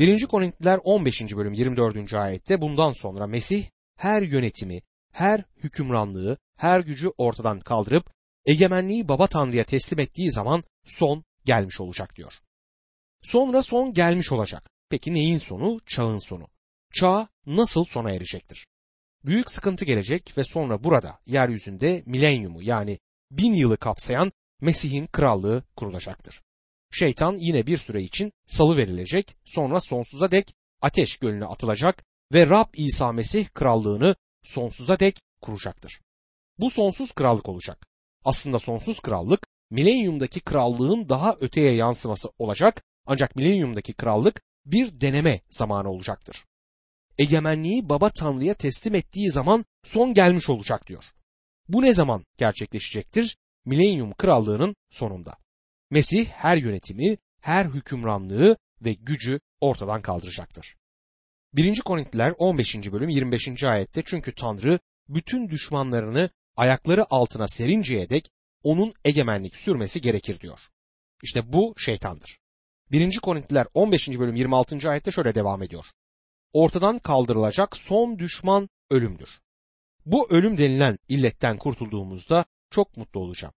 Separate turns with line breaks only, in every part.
1. Korintiler 15. bölüm 24. ayette bundan sonra Mesih her yönetimi, her hükümranlığı, her gücü ortadan kaldırıp egemenliği Baba Tanrı'ya teslim ettiği zaman son gelmiş olacak diyor. Sonra son gelmiş olacak. Peki neyin sonu? Çağın sonu. Çağ nasıl sona erecektir? Büyük sıkıntı gelecek ve sonra burada yeryüzünde milenyumu yani 1000 yılı kapsayan Mesih'in krallığı kurulacaktır. Şeytan yine bir süre için salıverilecek, sonra sonsuza dek ateş gölüne atılacak ve Rab İsa Mesih krallığını sonsuza dek kuracaktır. Bu sonsuz krallık olacak. Aslında sonsuz krallık milenyumdaki krallığın daha öteye yansıması olacak, ancak milenyumdaki krallık bir deneme zamanı olacaktır. Egemenliği Baba Tanrı'ya teslim ettiği zaman son gelmiş olacak diyor. Bu ne zaman gerçekleşecektir? Milenyum krallığının sonunda. Mesih her yönetimi, her hükümranlığı ve gücü ortadan kaldıracaktır. 1. Korintiler 15. bölüm 25. ayette çünkü Tanrı bütün düşmanlarını ayakları altına serinceye dek onun egemenlik sürmesi gerekir diyor. İşte bu şeytandır. 1. Korintiler 15. bölüm 26. ayette şöyle devam ediyor. Ortadan kaldırılacak son düşman ölümdür. Bu ölüm denilen illetten kurtulduğumuzda çok mutlu olacağım.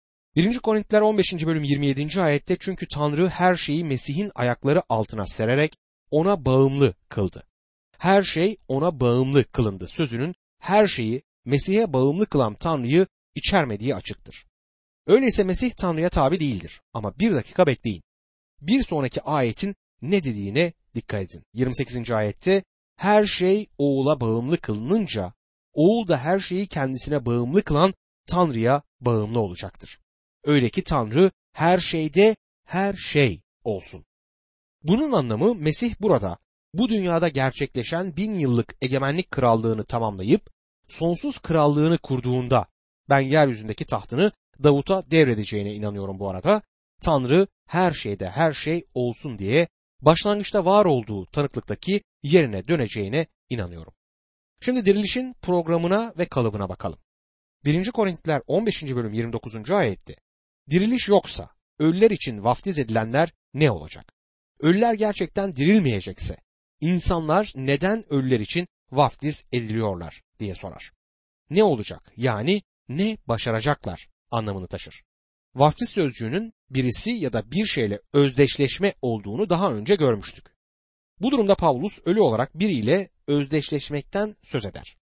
1. Korintiler 15. bölüm 27. ayette çünkü Tanrı her şeyi Mesih'in ayakları altına sererek ona bağımlı kıldı. Her şey ona bağımlı kılındı sözünün her şeyi Mesih'e bağımlı kılan Tanrı'yı içermediği açıktır. Öyleyse Mesih Tanrı'ya tabi değildir. Ama bir dakika bekleyin. Bir sonraki ayetin ne dediğine dikkat edin. 28. ayette her şey oğula bağımlı kılınınca oğul da her şeyi kendisine bağımlı kılan Tanrı'ya bağımlı olacaktır. Öyle ki Tanrı her şeyde her şey olsun. Bunun anlamı Mesih burada bu dünyada gerçekleşen 1000 yıllık egemenlik krallığını tamamlayıp sonsuz krallığını kurduğunda ben yeryüzündeki tahtını Davut'a devredeceğine inanıyorum bu arada. Tanrı her şeyde her şey olsun diye başlangıçta var olduğu tanıklıktaki yerine döneceğine inanıyorum. Şimdi dirilişin programına ve kalıbına bakalım. 1. Korintiler 15. bölüm 29. ayette diriliş yoksa ölüler için vaftiz edilenler ne olacak? Ölüler gerçekten dirilmeyecekse insanlar neden ölüler için vaftiz ediliyorlar diye sorar. Ne olacak yani ne başaracaklar anlamını taşır. Vaftiz sözcüğünün birisi ya da bir şeyle özdeşleşme olduğunu daha önce görmüştük. Bu durumda Pavlus ölü olarak biriyle özdeşleşmekten söz eder.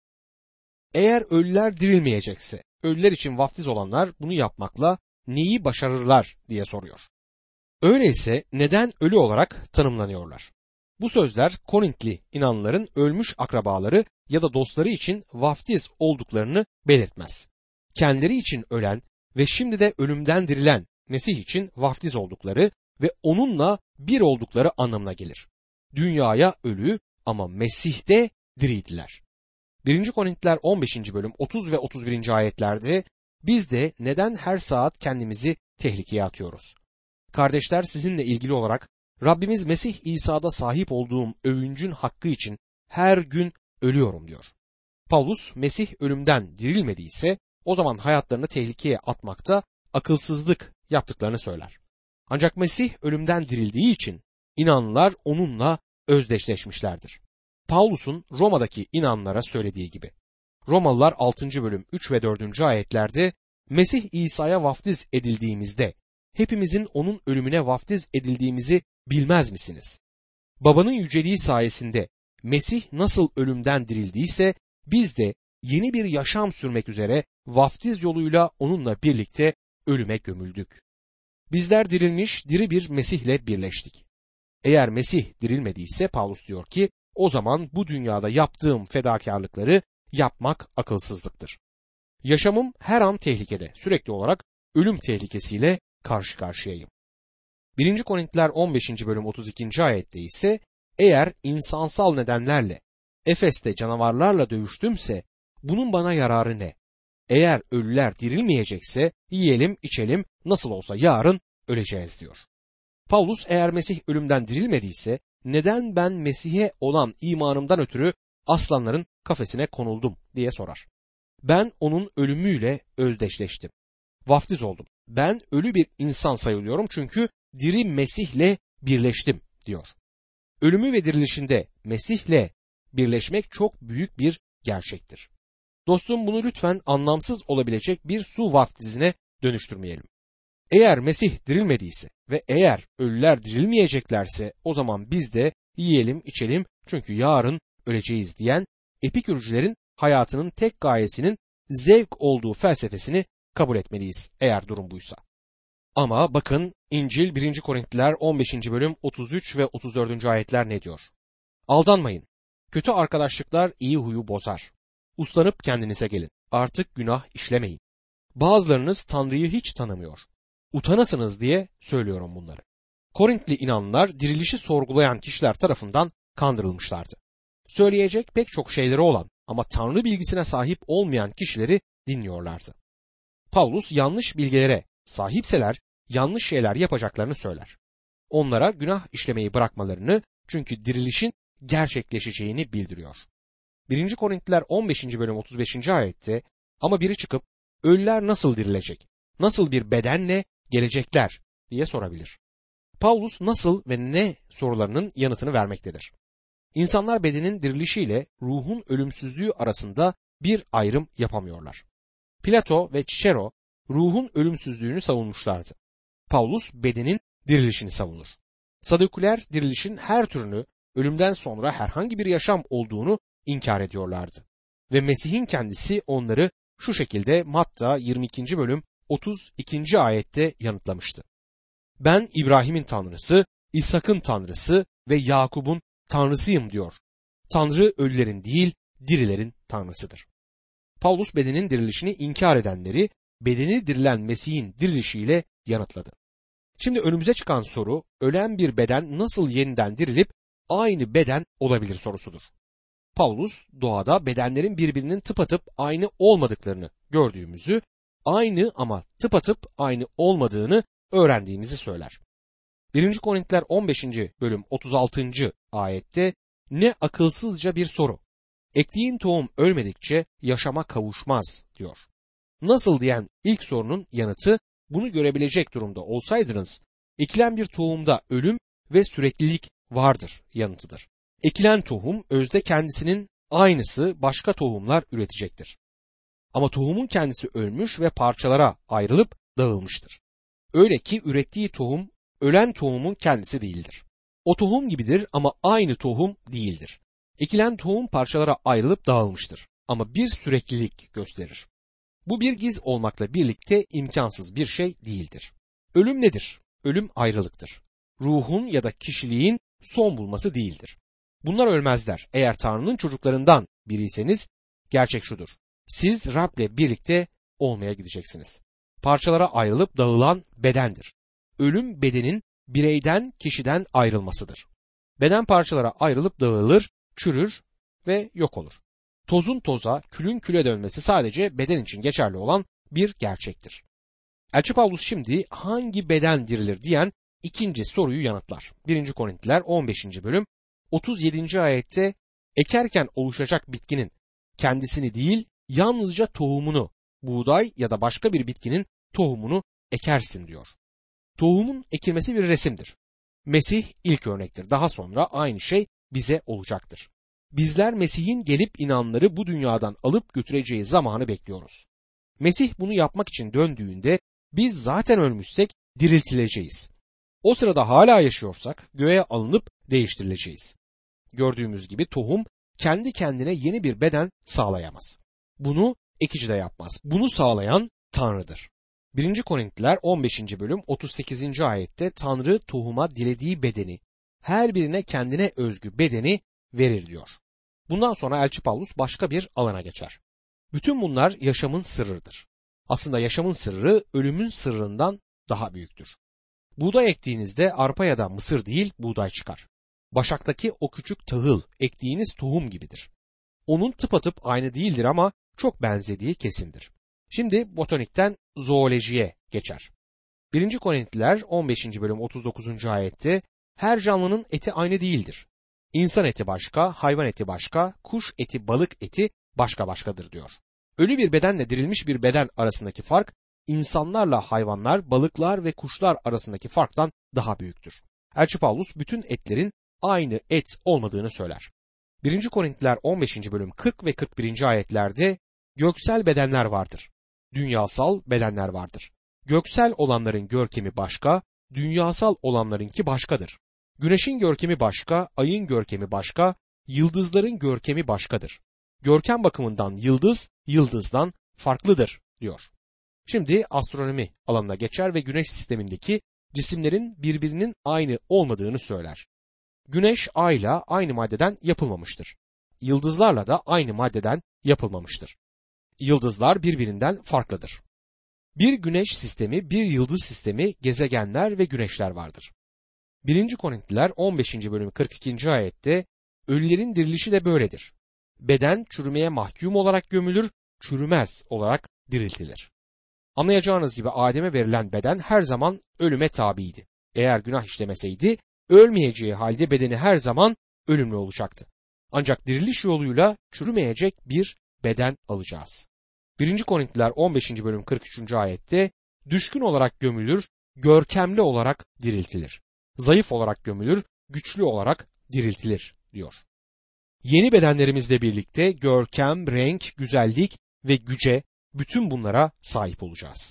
Eğer ölüler dirilmeyecekse ölüler için vaftiz olanlar bunu yapmakla neyi başarırlar diye soruyor. Öyleyse neden ölü olarak tanımlanıyorlar? Bu sözler Korintli inanlıların ölmüş akrabaları ya da dostları için vaftiz olduklarını belirtmez. Kendileri için ölen ve şimdi de ölümden dirilen Mesih için vaftiz oldukları ve onunla bir oldukları anlamına gelir. Dünyaya ölü ama Mesih'te diriydiler. 1. Korintiler 15. bölüm 30 ve 31. ayetlerde biz de neden her saat kendimizi tehlikeye atıyoruz? Kardeşler sizinle ilgili olarak Rabbimiz Mesih İsa'da sahip olduğum övüncün hakkı için her gün ölüyorum diyor. Paulus Mesih ölümden dirilmediyse o zaman hayatlarını tehlikeye atmakta akılsızlık yaptıklarını söyler. Ancak Mesih ölümden dirildiği için inanlılar onunla özdeşleşmişlerdir. Paulus'un Roma'daki inanlara söylediği gibi. Romalılar 6. bölüm 3 ve 4. ayetlerde Mesih İsa'ya vaftiz edildiğimizde hepimizin onun ölümüne vaftiz edildiğimizi bilmez misiniz? Babanın yüceliği sayesinde Mesih nasıl ölümden dirildiyse biz de yeni bir yaşam sürmek üzere vaftiz yoluyla onunla birlikte ölüme gömüldük. Bizler dirilmiş diri bir Mesih'le birleştik. Eğer Mesih dirilmediyse Paulus diyor ki o zaman bu dünyada yaptığım fedakarlıkları yapmak akılsızlıktır. Yaşamım her an tehlikede, sürekli olarak ölüm tehlikesiyle karşı karşıyayım. 1. Korintiler 15. bölüm 32. ayette ise eğer insansal nedenlerle Efes'te canavarlarla dövüştümse bunun bana yararı ne? Eğer ölüler dirilmeyecekse yiyelim içelim nasıl olsa yarın öleceğiz diyor. Paulus eğer Mesih ölümden dirilmediyse neden ben Mesih'e olan imanımdan ötürü aslanların kafesine konuldum diye sorar. Ben onun ölümüyle özdeşleştim. Vaftiz oldum. Ben ölü bir insan sayılıyorum çünkü diri Mesih'le birleştim diyor. ölümü ve dirilişinde Mesih'le birleşmek çok büyük bir gerçektir. Dostum, bunu lütfen anlamsız olabilecek bir su vaftizine dönüştürmeyelim. Eğer Mesih dirilmediyse ve eğer ölüler dirilmeyeceklerse o zaman biz de yiyelim içelim çünkü yarın öleceğiz diyen Epikürcülerin hayatının tek gayesinin zevk olduğu felsefesini kabul etmeliyiz eğer durum buysa. Ama bakın İncil 1. Korintiler 15. bölüm 33 ve 34. ayetler ne diyor? Aldanmayın. Kötü arkadaşlıklar iyi huyu bozar. Uslanıp kendinize gelin. Artık günah işlemeyin. Bazılarınız Tanrı'yı hiç tanımıyor. Utanasınız diye söylüyorum bunları. Korintli inanlılar dirilişi sorgulayan kişiler tarafından kandırılmışlardı. Söyleyecek pek çok şeyleri olan ama Tanrı bilgisine sahip olmayan kişileri dinliyorlardı. Pavlus yanlış bilgilere sahipseler yanlış şeyler yapacaklarını söyler. Onlara günah işlemeyi bırakmalarını çünkü dirilişin gerçekleşeceğini bildiriyor. 1. Korintliler 15. bölüm 35. ayette ama biri çıkıp ölüler nasıl dirilecek, nasıl bir bedenle gelecekler diye sorabilir. Pavlus nasıl ve ne sorularının yanıtını vermektedir. İnsanlar bedenin dirilişiyle ruhun ölümsüzlüğü arasında bir ayrım yapamıyorlar. Plato ve Cicero ruhun ölümsüzlüğünü savunmuşlardı. Pavlus bedenin dirilişini savunur. Saduküler dirilişin her türünü ölümden sonra herhangi bir yaşam olduğunu inkar ediyorlardı. Ve Mesih'in kendisi onları şu şekilde Matta 22. bölüm 32. ayette yanıtlamıştı. Ben İbrahim'in tanrısı, İshak'ın tanrısı ve Yakup'un tanrısıyım diyor. Tanrı ölülerin değil, dirilerin tanrısıdır. Pavlus bedenin dirilişini inkar edenleri bedeni dirilen Mesih'in dirilişiyle yanıtladı. Şimdi önümüze çıkan soru, ölen bir beden nasıl yeniden dirilip aynı beden olabilir sorusudur. Pavlus doğada bedenlerin birbirinin tıpatıp aynı olmadıklarını gördüğümüzü, aynı ama tıpatıp aynı olmadığını öğrendiğimizi söyler. 1. Korintiler 15. bölüm 36. ayette ne akılsızca bir soru. Ektiğin tohum ölmedikçe yaşama kavuşmaz diyor. Nasıl diyen ilk sorunun yanıtı bunu görebilecek durumda olsaydınız ekilen bir tohumda ölüm ve süreklilik vardır yanıtıdır. Ekilen tohum özde kendisinin aynısı başka tohumlar üretecektir. Ama tohumun kendisi ölmüş ve parçalara ayrılıp dağılmıştır. Öyle ki ürettiği tohum ölen tohumun kendisi değildir. O tohum gibidir ama aynı tohum değildir. Ekilen tohum parçalara ayrılıp dağılmıştır ama bir süreklilik gösterir. Bu bir giz olmakla birlikte imkansız bir şey değildir. Ölüm nedir? Ölüm ayrılıktır. Ruhun ya da kişiliğin son bulması değildir. Bunlar ölmezler. Eğer Tanrı'nın çocuklarından biriyseniz gerçek şudur. Siz Rab'le birlikte olmaya gideceksiniz. Parçalara ayrılıp dağılan bedendir. Ölüm bedenin bireyden, kişiden ayrılmasıdır. Beden parçalara ayrılıp dağılır, çürür ve yok olur. Tozun toza, külün küle dönmesi sadece beden için geçerli olan bir gerçektir. Elçi Pavlus şimdi hangi beden dirilir diyen ikinci soruyu yanıtlar. 1. Korintliler 15. bölüm 37. ayette ekerken oluşacak bitkinin kendisini değil yalnızca tohumunu, buğday ya da başka bir bitkinin tohumunu ekersin diyor. Tohumun ekilmesi bir resimdir. Mesih ilk örnektir. Daha sonra aynı şey bize olacaktır. Bizler Mesih'in gelip inanları bu dünyadan alıp götüreceği zamanı bekliyoruz. Mesih bunu yapmak için döndüğünde biz zaten ölmüşsek diriltileceğiz. O sırada hala yaşıyorsak göğe alınıp değiştirileceğiz. Gördüğümüz gibi tohum kendi kendine yeni bir beden sağlayamaz. Bunu ekici de yapmaz. Bunu sağlayan Tanrı'dır. 1. Korintliler 15. bölüm 38. ayette Tanrı tohuma dilediği bedeni, her birine kendine özgü bedeni verir diyor. Bundan sonra Elçi Pavlus başka bir alana geçer. Bütün bunlar yaşamın sırrıdır. Aslında yaşamın sırrı ölümün sırrından daha büyüktür. Buğday ektiğinizde arpa ya da mısır değil buğday çıkar. Başaktaki o küçük tahıl ektiğiniz tohum gibidir. Onun tıpatıp aynı değildir ama çok benzediği kesindir. Şimdi botanikten zoolojiye geçer. 1. Korintliler 15. bölüm 39. ayette her canlının eti aynı değildir. İnsan eti başka, hayvan eti başka, kuş eti, balık eti başka başkadır diyor. Ölü bir bedenle dirilmiş bir beden arasındaki fark, insanlarla hayvanlar, balıklar ve kuşlar arasındaki farktan daha büyüktür. Elçi Pavlus bütün etlerin aynı et olmadığını söyler. 1. Korintiler 15. bölüm 40 ve 41. ayetlerde göksel bedenler vardır. Dünyasal bedenler vardır. Göksel olanların görkemi başka, dünyasal olanlarınki başkadır. Güneşin görkemi başka, ayın görkemi başka, yıldızların görkemi başkadır. Görkem bakımından yıldız, yıldızdan farklıdır diyor. Şimdi astronomi alanına geçer ve güneş sistemindeki cisimlerin birbirinin aynı olmadığını söyler. Güneş ayla aynı maddeden yapılmamıştır. Yıldızlarla da aynı maddeden yapılmamıştır. Yıldızlar birbirinden farklıdır. Bir güneş sistemi, bir yıldız sistemi, gezegenler ve güneşler vardır. 1. Korintliler 15. bölüm 42. ayette ölülerin dirilişi de böyledir. Beden çürümeye mahkum olarak gömülür, çürümez olarak diriltilir. Anlayacağınız gibi Adem'e verilen beden her zaman ölüme tabiydi. Eğer günah işlemeseydi, ölmeyeceği halde bedeni her zaman ölümlü olacaktı. Ancak diriliş yoluyla çürümeyecek bir beden alacağız. 1. Korintliler 15. bölüm 43. ayette düşkün olarak gömülür, görkemli olarak diriltilir. Zayıf olarak gömülür, güçlü olarak diriltilir diyor. Yeni bedenlerimizle birlikte görkem, renk, güzellik ve güce bütün bunlara sahip olacağız.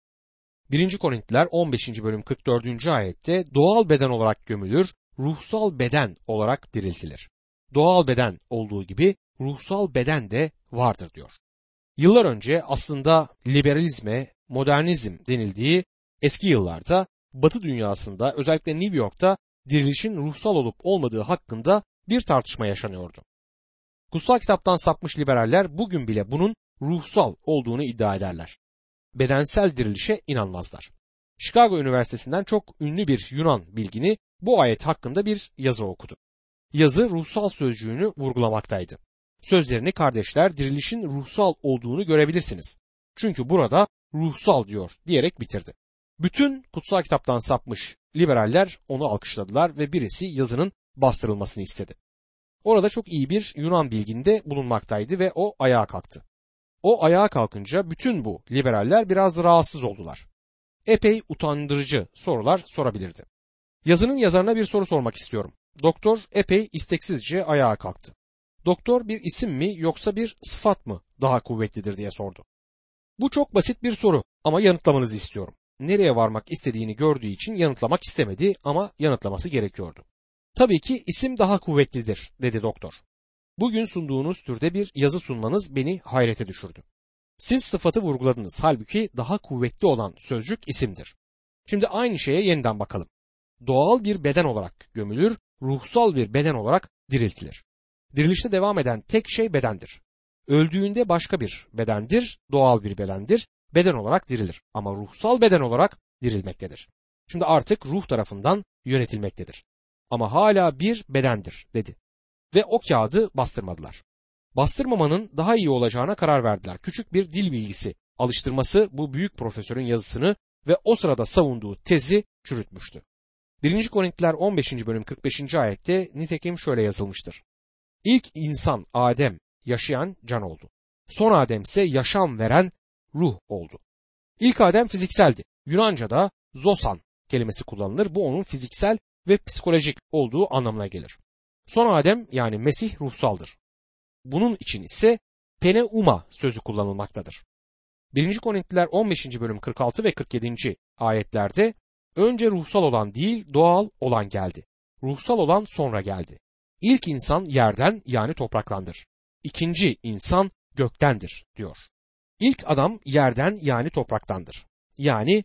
1. Korintliler 15. bölüm 44. ayette doğal beden olarak gömülür, ruhsal beden olarak diriltilir. Doğal beden olduğu gibi ruhsal beden de vardır diyor. Yıllar önce aslında liberalizme, modernizm denildiği eski yıllarda Batı dünyasında özellikle New York'ta dirilişin ruhsal olup olmadığı hakkında bir tartışma yaşanıyordu. Kutsal kitaptan sapmış liberaller bugün bile bunun ruhsal olduğunu iddia ederler. Bedensel dirilişe inanmazlar. Chicago Üniversitesi'nden çok ünlü bir Yunan bilgini bu ayet hakkında bir yazı okudu. Yazı ruhsal sözcüğünü vurgulamaktaydı. Sözlerini kardeşler dirilişin ruhsal olduğunu görebilirsiniz. Çünkü burada ruhsal diyor diyerek bitirdi. Bütün kutsal kitaptan sapmış liberaller onu alkışladılar ve birisi yazının bastırılmasını istedi. Orada çok iyi bir Yunan bilginde bulunmaktaydı ve o ayağa kalktı. O ayağa kalkınca bütün bu liberaller biraz rahatsız oldular. Epey utandırıcı sorular sorabilirdi. Yazının yazarına bir soru sormak istiyorum. Doktor epey isteksizce ayağa kalktı. Doktor bir isim mi yoksa bir sıfat mı daha kuvvetlidir diye sordu. Bu çok basit bir soru ama yanıtlamanızı istiyorum. Nereye varmak istediğini gördüğü için yanıtlamak istemedi ama yanıtlaması gerekiyordu. Tabii ki isim daha kuvvetlidir dedi doktor. Bugün sunduğunuz türde bir yazı sunmanız beni hayrete düşürdü. Siz sıfatı vurguladınız, halbuki daha kuvvetli olan sözcük isimdir. Şimdi aynı şeye yeniden bakalım. Doğal bir beden olarak gömülür, ruhsal bir beden olarak diriltilir. Dirilişte devam eden tek şey bedendir. Öldüğünde başka bir bedendir, doğal bir bedendir, beden olarak dirilir. Ama ruhsal beden olarak dirilmektedir. Şimdi artık ruh tarafından yönetilmektedir. Ama hala bir bedendir dedi. Ve o kağıdı bastırmadılar. Bastırmamanın daha iyi olacağına karar verdiler. Küçük bir dil bilgisi alıştırması bu büyük profesörün yazısını ve o sırada savunduğu tezi çürütmüştü. 1. Korintliler 15. bölüm 45. ayette nitekim şöyle yazılmıştır. İlk insan Adem yaşayan can oldu. Son Adem ise yaşam veren ruh oldu. İlk Adem fizikseldi. Yunanca'da zosan kelimesi kullanılır. Bu onun fiziksel ve psikolojik olduğu anlamına gelir. Son Adem yani Mesih ruhsaldır. Bunun için ise pneuma sözü kullanılmaktadır. 1. Korintliler 15. bölüm 46 ve 47. ayetlerde önce ruhsal olan değil doğal olan geldi. Ruhsal olan sonra geldi. İlk insan yerden yani topraktandır. İkinci insan göktendir diyor. İlk adam yerden yani topraktandır. Yani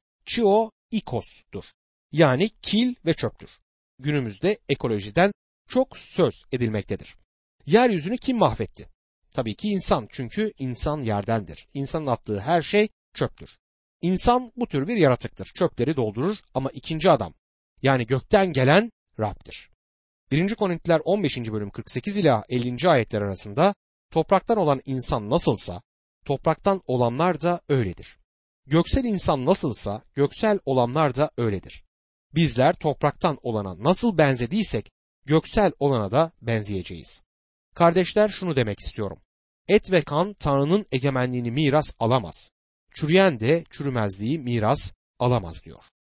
ikos'tur. Yani kil ve çöptür. Günümüzde ekolojiden çok söz edilmektedir. Yeryüzünü kim mahvetti? Tabii ki insan, çünkü insan yerdendir. İnsanın attığı her şey çöptür. İnsan bu tür bir yaratıktır. Çöpleri doldurur ama ikinci adam yani gökten gelen Rab'dir. 1. Korintliler 15. bölüm 48 ila 50. ayetler arasında topraktan olan insan nasılsa topraktan olanlar da öyledir. Göksel insan nasılsa göksel olanlar da öyledir. Bizler topraktan olana nasıl benzediysek göksel olana da benzeyeceğiz. Kardeşler şunu demek istiyorum. Et ve kan Tanrı'nın egemenliğini miras alamaz. Çürüyen de çürümezliği miras alamaz diyor.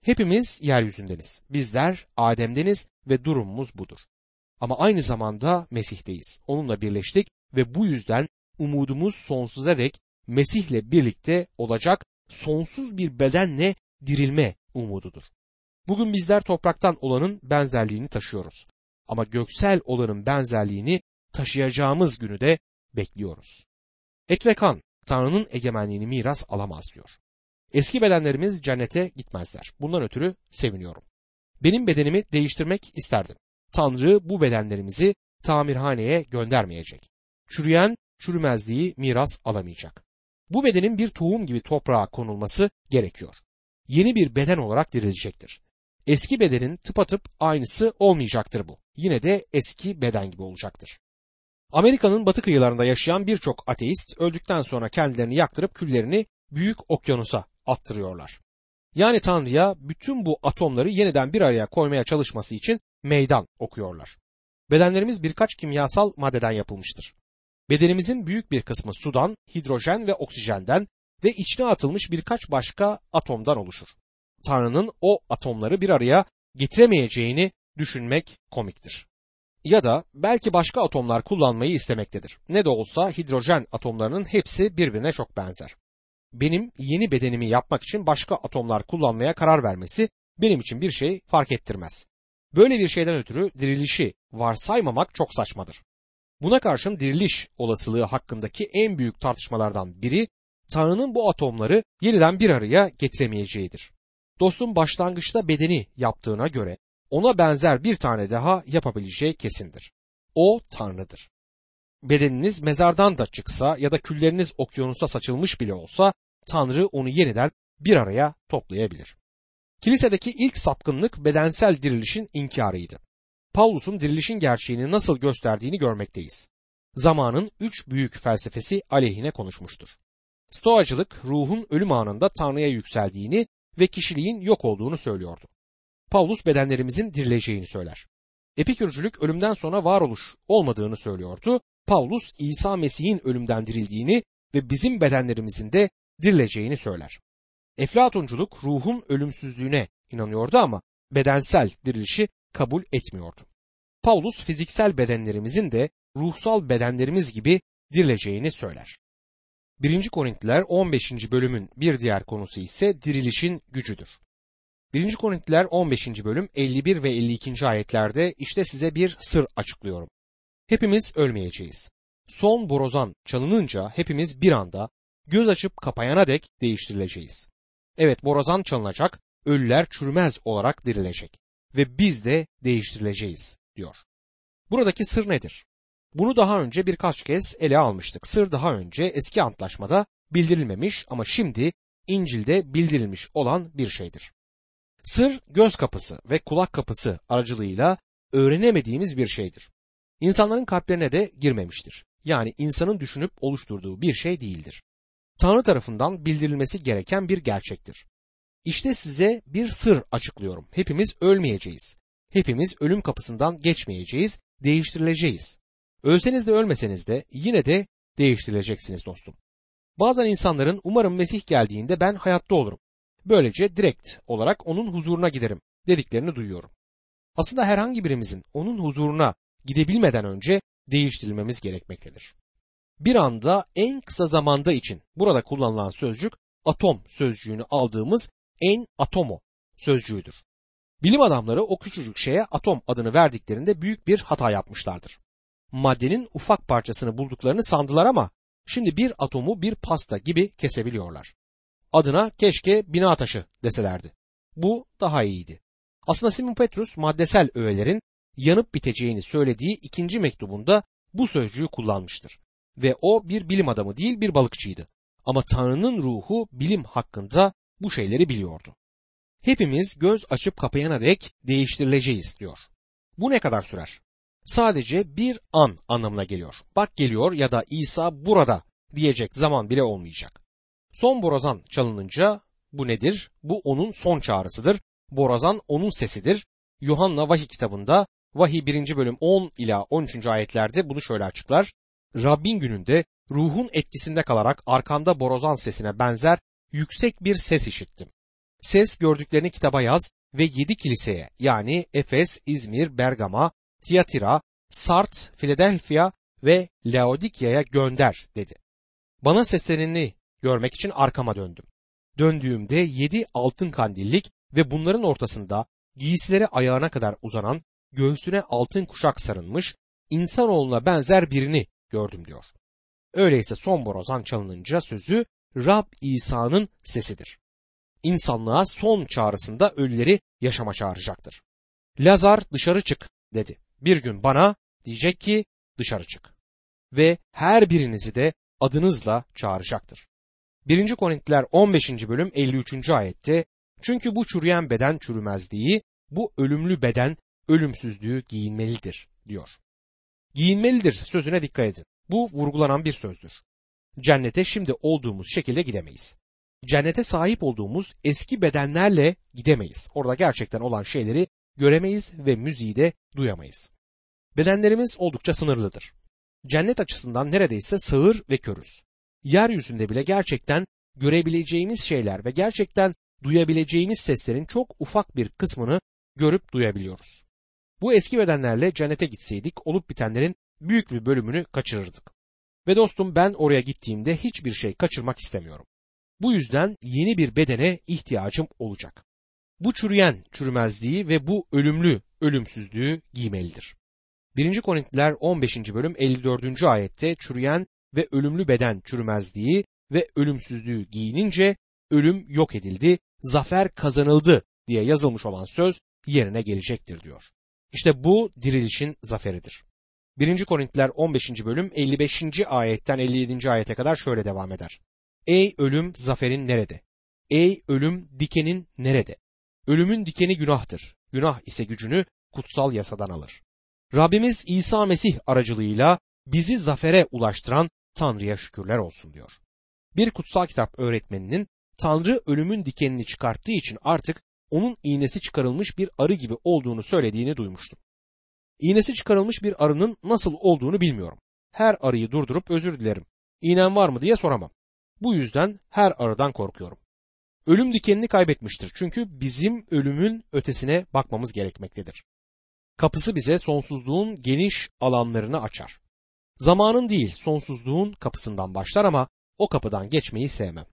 Hepimiz yeryüzündeniz. Bizler Adem'deniz ve durumumuz budur. Ama aynı zamanda Mesih'teyiz. Onunla birleştik ve bu yüzden umudumuz sonsuza dek Mesih'le birlikte olacak sonsuz bir bedenle dirilme umududur. Bugün bizler topraktan olanın benzerliğini taşıyoruz. Ama göksel olanın benzerliğini taşıyacağımız günü de bekliyoruz. Et ve kan Tanrı'nın egemenliğini miras alamaz diyor. Eski bedenlerimiz cennete gitmezler. Bundan ötürü seviniyorum. Benim bedenimi değiştirmek isterdim. Tanrı bu bedenlerimizi tamirhaneye göndermeyecek. Çürüyen çürümezliği miras alamayacak. Bu bedenin bir tohum gibi toprağa konulması gerekiyor. Yeni bir beden olarak dirilecektir. Eski bedenin tıpatıp aynısı olmayacaktır bu. Yine de eski beden gibi olacaktır. Amerika'nın batı kıyılarında yaşayan birçok ateist öldükten sonra kendilerini yaktırıp küllerini büyük okyanusa attırıyorlar. Yani Tanrı'ya bütün bu atomları yeniden bir araya koymaya çalışması için meydan okuyorlar. Bedenlerimiz birkaç kimyasal maddeden yapılmıştır. Bedenimizin büyük bir kısmı sudan, hidrojen ve oksijenden ve içine atılmış birkaç başka atomdan oluşur. Tanrı'nın o atomları bir araya getiremeyeceğini düşünmek komiktir. Ya da belki başka atomlar kullanmayı istemektedir. Ne de olsa hidrojen atomlarının hepsi birbirine çok benzer. Benim yeni bedenimi yapmak için başka atomlar kullanmaya karar vermesi benim için bir şey fark ettirmez. Böyle bir şeyden ötürü dirilişi varsaymamak çok saçmadır. Buna karşın diriliş olasılığı hakkındaki en büyük tartışmalardan biri Tanrı'nın bu atomları yeniden bir araya getiremeyeceğidir. Dostum başlangıçta bedeni yaptığına göre ona benzer bir tane daha yapabileceği kesindir. O Tanrı'dır. Bedeniniz mezardan da çıksa ya da külleriniz okyanusa saçılmış bile olsa Tanrı onu yeniden bir araya toplayabilir. Kilisedeki ilk sapkınlık bedensel dirilişin inkarıydı. Pavlus'un dirilişin gerçeğini nasıl gösterdiğini görmekteyiz. Zamanın 3 büyük felsefesi aleyhine konuşmuştur. Stoacılık ruhun ölüm anında Tanrı'ya yükseldiğini ve kişiliğin yok olduğunu söylüyordu. Pavlus bedenlerimizin dirileceğini söyler. Epikürcülük ölümden sonra varoluş olmadığını söylüyordu. Pavlus İsa Mesih'in ölümden dirildiğini ve bizim bedenlerimizin de dirileceğini söyler. Eflatunculuk ruhun ölümsüzlüğüne inanıyordu ama bedensel dirilişi kabul etmiyordu. Pavlus fiziksel bedenlerimizin de ruhsal bedenlerimiz gibi dirileceğini söyler. 1. Korintiler 15. bölümün bir diğer konusu ise dirilişin gücüdür. 1. Korintiler 15. bölüm 51 ve 52. ayetlerde işte size bir sır açıklıyorum. Hepimiz ölmeyeceğiz. Son borazan çalınınca hepimiz bir anda göz açıp kapayana dek değiştirileceğiz. Evet, borazan çalınacak, ölüler çürümez olarak dirilecek ve biz de değiştirileceğiz diyor. Buradaki sır nedir? Bunu daha önce birkaç kez ele almıştık. Sır daha önce eski antlaşmada bildirilmemiş ama şimdi İncil'de bildirilmiş olan bir şeydir. Sır göz kapısı ve kulak kapısı aracılığıyla öğrenemediğimiz bir şeydir. İnsanların kalplerine de girmemiştir. Yani insanın düşünüp oluşturduğu bir şey değildir. Tanrı tarafından bildirilmesi gereken bir gerçektir. İşte size bir sır açıklıyorum. Hepimiz ölmeyeceğiz. Hepimiz ölüm kapısından geçmeyeceğiz, değiştirileceğiz. Ölseniz de ölmeseniz de yine de değiştirileceksiniz dostum. Bazen insanların umarım Mesih geldiğinde ben hayatta olurum. Böylece direkt olarak onun huzuruna giderim dediklerini duyuyorum. Aslında herhangi birimizin onun huzuruna gidebilmeden önce değiştirilmemiz gerekmektedir. Bir anda en kısa zamanda için burada kullanılan sözcük atom sözcüğünü aldığımız en atomo sözcüğüdür. Bilim adamları o küçücük şeye atom adını verdiklerinde büyük bir hata yapmışlardır. Maddenin ufak parçasını bulduklarını sandılar ama şimdi bir atomu bir pasta gibi kesebiliyorlar. Adına keşke bina taşı deselerdi. Bu daha iyiydi. Aslında Simon Petrus maddesel öğelerin yanıp biteceğini söylediği 2. mektubunda bu sözcüğü kullanmıştır. Ve o bir bilim adamı değil bir balıkçıydı. Ama Tanrı'nın ruhu bilim hakkında bu şeyleri biliyordu. Hepimiz göz açıp kapayana dek değiştirileceğiz diyor. Bu ne kadar sürer? Sadece bir an anlamına geliyor. Bak geliyor ya da İsa burada diyecek zaman bile olmayacak. Son borazan çalınınca bu nedir? Bu onun son çağrısıdır. Borazan onun sesidir. Yuhanna Vahiy kitabında Vahiy 1. bölüm 10 ila 13. ayetlerde bunu şöyle açıklar. Rabbin gününde ruhun etkisinde kalarak arkanda borazan sesine benzer yüksek bir ses işittim. Ses gördüklerini kitaba yaz ve 7 kiliseye yani Efes, İzmir, Bergama, Tiyatira, Sart, Philadelphia ve Laodikya'ya gönder dedi. Bana sesleneni görmek için arkama döndüm. Döndüğümde 7 altın kandillik ve bunların ortasında giysileri ayağına kadar uzanan, göğsüne altın kuşak sarılmış, insanoğluna benzer birini gördüm diyor. Öyleyse son borazan çalınınca sözü Rab İsa'nın sesidir. İnsanlığa son çağrısında ölüleri yaşama çağıracaktır. Lazar dışarı çık dedi. Bir gün bana diyecek ki dışarı çık. Ve her birinizi de adınızla çağıracaktır. 1. Korintiler 15. bölüm 53. ayette çünkü bu çürüyen beden çürümezliği, bu ölümlü beden ölümsüzlüğü giyinmelidir diyor. Giyinmelidir sözüne dikkat edin. Bu vurgulanan bir sözdür. Cennete şimdi olduğumuz şekilde gidemeyiz. Cennete sahip olduğumuz eski bedenlerle gidemeyiz. Orada gerçekten olan şeyleri göremeyiz ve müziği de duyamayız. Bedenlerimiz oldukça sınırlıdır. Cennet açısından neredeyse sağır ve körüz. Yeryüzünde bile gerçekten görebileceğimiz şeyler ve gerçekten duyabileceğimiz seslerin çok ufak bir kısmını görüp duyabiliyoruz. Bu eski bedenlerle cennete gitseydik olup bitenlerin büyük bir bölümünü kaçırırdık. Ve dostum ben oraya gittiğimde hiçbir şey kaçırmak istemiyorum. Bu yüzden yeni bir bedene ihtiyacım olacak. Bu çürüyen çürümezliği ve bu ölümlü ölümsüzlüğü giymelidir. 1. Korintiler 15. bölüm 54. ayette çürüyen ve ölümlü beden çürümezliği ve ölümsüzlüğü giyinince ölüm yok edildi, zafer kazanıldı diye yazılmış olan söz yerine gelecektir diyor. İşte bu dirilişin zaferidir. 1. Korintiler 15. bölüm 55. ayetten 57. ayete kadar şöyle devam eder. Ey ölüm zaferin nerede? Ey ölüm dikenin nerede? Ölümün dikeni günahtır. Günah ise gücünü kutsal yasadan alır. Rabbimiz İsa Mesih aracılığıyla bizi zafere ulaştıran Tanrı'ya şükürler olsun diyor. Bir kutsal kitap öğretmeninin Tanrı ölümün dikenini çıkarttığı için artık onun iğnesi çıkarılmış bir arı gibi olduğunu söylediğini duymuştum. İğnesi çıkarılmış bir arının nasıl olduğunu bilmiyorum. Her arıyı durdurup özür dilerim, İğnen var mı diye soramam. Bu yüzden her arıdan korkuyorum. Ölüm dikenini kaybetmiştir çünkü bizim ölümün ötesine bakmamız gerekmektedir. Kapısı bize sonsuzluğun geniş alanlarını açar. Zamanın değil sonsuzluğun kapısından başlar ama o kapıdan geçmeyi sevmem.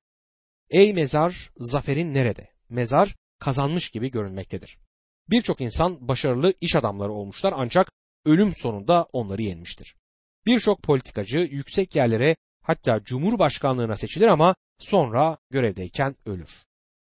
Ey mezar, zaferin nerede? Mezar kazanmış gibi görünmektedir. Birçok insan başarılı iş adamları olmuşlar ancak ölüm sonunda onları yenmiştir. Birçok politikacı yüksek yerlere hatta cumhurbaşkanlığına seçilir ama sonra görevdeyken ölür.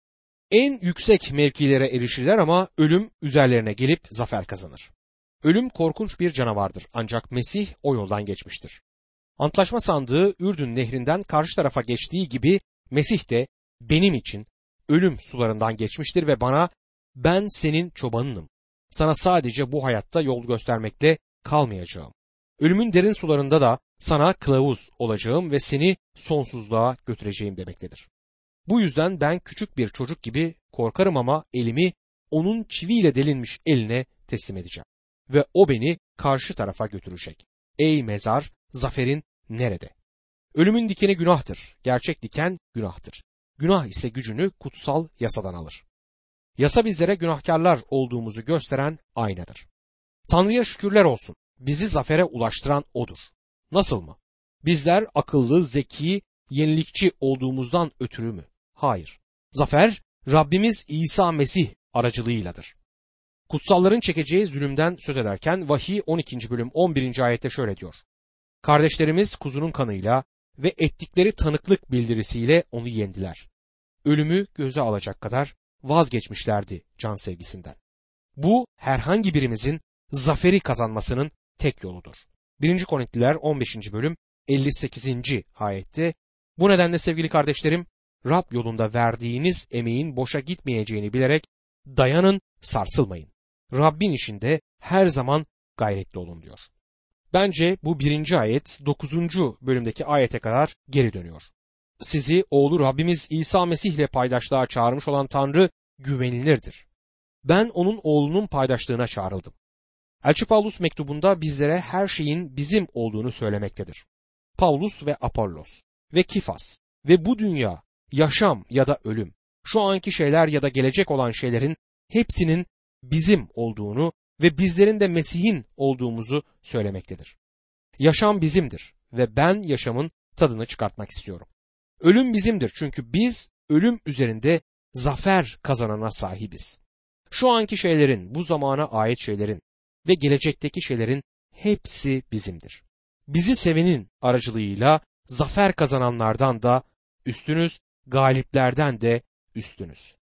En yüksek mevkilere erişirler ama ölüm üzerlerine gelip zafer kazanır. Ölüm korkunç bir canavardır ancak Mesih o yoldan geçmiştir. Antlaşma sandığı Ürdün nehrinden karşı tarafa geçtiği gibi Mesih de benim için ölüm sularından geçmiştir ve bana ben senin çobanınım. Sana sadece bu hayatta yol göstermekle kalmayacağım. Ölümün derin sularında da sana kılavuz olacağım ve seni sonsuzluğa götüreceğim demektedir. Bu yüzden ben küçük bir çocuk gibi korkarım ama elimi onun çiviyle delinmiş eline teslim edeceğim. Ve o beni karşı tarafa götürecek. Ey mezar, zaferin nerede? Ölümün dikeni günahtır. Gerçek diken günahtır. Günah ise gücünü kutsal yasadan alır. Yasa bizlere günahkarlar olduğumuzu gösteren aynadır. Tanrı'ya şükürler olsun. Bizi zafere ulaştıran O'dur. Nasıl mı? Bizler akıllı, zeki, yenilikçi olduğumuzdan ötürü mü? Hayır. Zafer Rabbimiz İsa Mesih aracılığıyladır. Kutsalların çekeceği zulümden söz ederken Vahiy 12. bölüm 11. ayette şöyle diyor. Kardeşlerimiz kuzunun kanıyla ve ettikleri tanıklık bildirisiyle onu yendiler. Ölümü göze alacak kadar vazgeçmişlerdi can sevgisinden. Bu herhangi birimizin zaferi kazanmasının tek yoludur. 1. Korintiler 15. bölüm 58. ayette bu nedenle sevgili kardeşlerim Rab yolunda verdiğiniz emeğin boşa gitmeyeceğini bilerek dayanın, sarsılmayın. Rabbin işinde her zaman gayretli olun diyor. Bence bu 1. ayet 9. bölümdeki ayete kadar geri dönüyor. Sizi oğlu Rabbimiz İsa Mesih ile paydaşlığa çağırmış olan Tanrı güvenilirdir. Ben onun oğlunun paydaşlığına çağrıldım. Elçi Pavlus mektubunda bizlere her şeyin bizim olduğunu söylemektedir. Pavlus ve Apollos ve Kifas ve bu dünya, yaşam ya da ölüm, şu anki şeyler ya da gelecek olan şeylerin hepsinin bizim olduğunu ve bizlerin de Mesih'in olduğumuzu söylemektedir. Yaşam bizimdir ve ben yaşamın tadını çıkartmak istiyorum. Ölüm bizimdir çünkü biz ölüm üzerinde zafer kazanana sahibiz. Şu anki şeylerin, bu zamana ait şeylerin ve gelecekteki şeylerin hepsi bizimdir. Bizi sevenin aracılığıyla zafer kazananlardan da üstünüz, galiplerden de üstünüz.